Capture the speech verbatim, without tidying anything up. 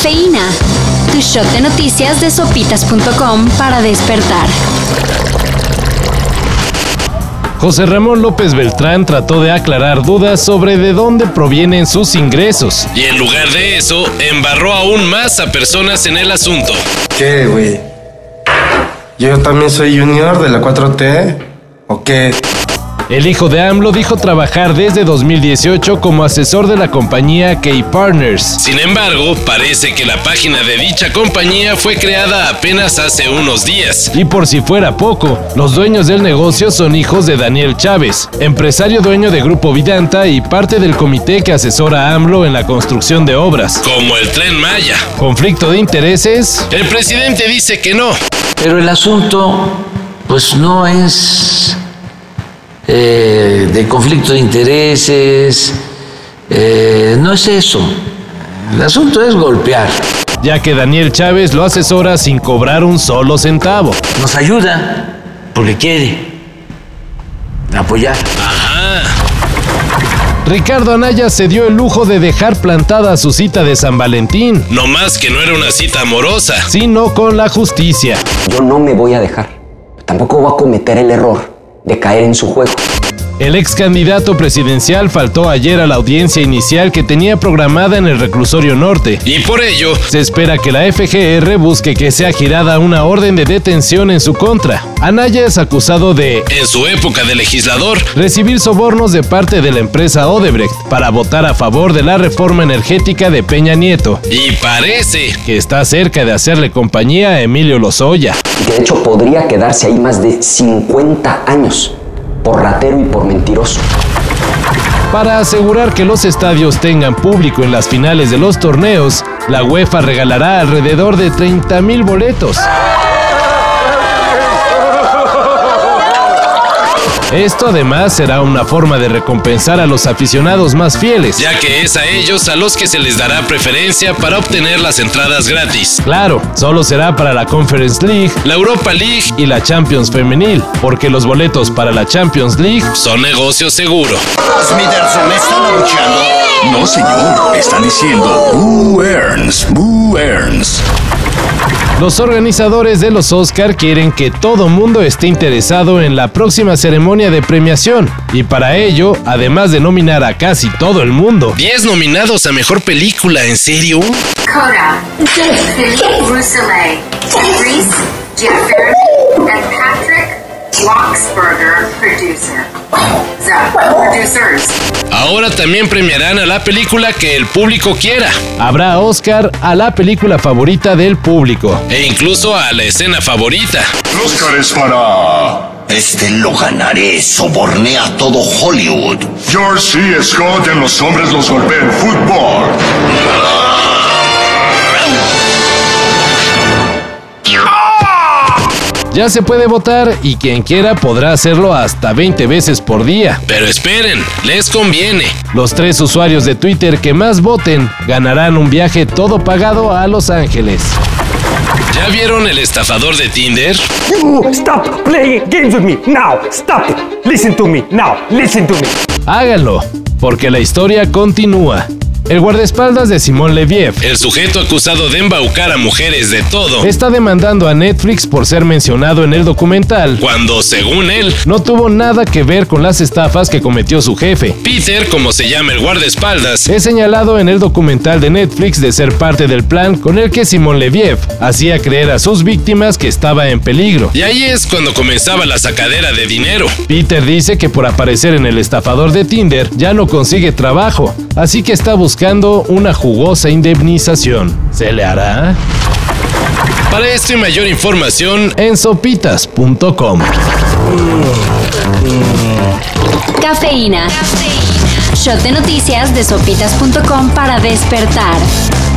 Cafeína, tu shot de noticias de sopitas punto com para despertar. José Ramón López Beltrán trató de aclarar dudas sobre de dónde provienen sus ingresos. Y en lugar de eso, embarró aún más a personas en el asunto. ¿Qué, güey? ¿Yo también soy junior de la cuatro T? ¿O qué? El hijo de AMLO dijo trabajar desde dos mil dieciocho como asesor de la compañía K-Partners. Sin embargo, parece que la página de dicha compañía fue creada apenas hace unos días. Y por si fuera poco, los dueños del negocio son hijos de Daniel Chávez, empresario dueño de Grupo Vidanta y parte del comité que asesora a AMLO en la construcción de obras. Como el Tren Maya. ¿Conflicto de intereses? El presidente dice que no. Pero el asunto, pues no es eh, de conflicto de intereses, eh, no es eso. El asunto es golpear. Ya que Daniel Chávez lo asesora sin cobrar un solo centavo. Nos ayuda porque quiere apoyar. Ajá. Ricardo Anaya se dio el lujo de dejar plantada su cita de San Valentín. No más que no era una cita amorosa, sino con la justicia. Yo no me voy a dejar. Tampoco voy a cometer el error de caer en su juego. El ex candidato presidencial faltó ayer a la audiencia inicial que tenía programada en el Reclusorio Norte. Y por ello, se espera que la F G R busque que sea girada una orden de detención en su contra. Anaya es acusado de, en su época de legislador, recibir sobornos de parte de la empresa Odebrecht para votar a favor de la reforma energética de Peña Nieto. Y parece que está cerca de hacerle compañía a Emilio Lozoya. De hecho, podría quedarse ahí más de cincuenta años. Por ratero y por mentiroso. Para asegurar que los estadios tengan público en las finales de los torneos, la UEFA regalará alrededor de treinta mil boletos. Esto además será una forma de recompensar a los aficionados más fieles, ya que es a ellos a los que se les dará preferencia para obtener las entradas gratis. Claro, solo será para la Conference League, la Europa League y la Champions Femenil, porque los boletos para la Champions League son negocio seguro. Smitherson, ¿están anunciando? No, señor, están diciendo Who earns, who earns. Los organizadores de los Oscar quieren que todo mundo esté interesado en la próxima ceremonia de premiación, y para ello, además de nominar a casi todo el mundo, diez nominados a mejor película, ¿en serio? Coda, Philippe Rousselet, Reese Jeffer, and Patrick Roxburgher, producer. The producers. Ahora también premiarán a la película que el público quiera. Habrá Oscar a la película favorita del público. E incluso a la escena favorita. Oscar es para... Este lo ganaré, soborné a todo Hollywood. George C. Scott en Los Hombres los Golpean Fútbol. Ya se puede votar y quien quiera podrá hacerlo hasta veinte veces por día. Pero esperen, les conviene. Los tres usuarios de Twitter que más voten ganarán un viaje todo pagado a Los Ángeles. ¿Ya vieron El estafador de Tinder? You stop playing games with me now. Stop it. Listen to me now. Listen to me. Háganlo, porque la historia continúa. El guardaespaldas de Simón Leviev, el sujeto acusado de embaucar a mujeres de todo, está demandando a Netflix por ser mencionado en el documental, cuando, según él, no tuvo nada que ver con las estafas que cometió su jefe. Peter, como se llama el guardaespaldas, es señalado en el documental de Netflix de ser parte del plan con el que Simón Leviev hacía creer a sus víctimas que estaba en peligro. Y ahí es cuando comenzaba la sacadera de dinero. Peter dice que por aparecer en El estafador de Tinder ya no consigue trabajo, así que está buscando buscando una jugosa indemnización. ¿Se le hará? Para esto y mayor información en sopitas punto com. Cafeína. Shot de noticias de sopitas punto com para despertar.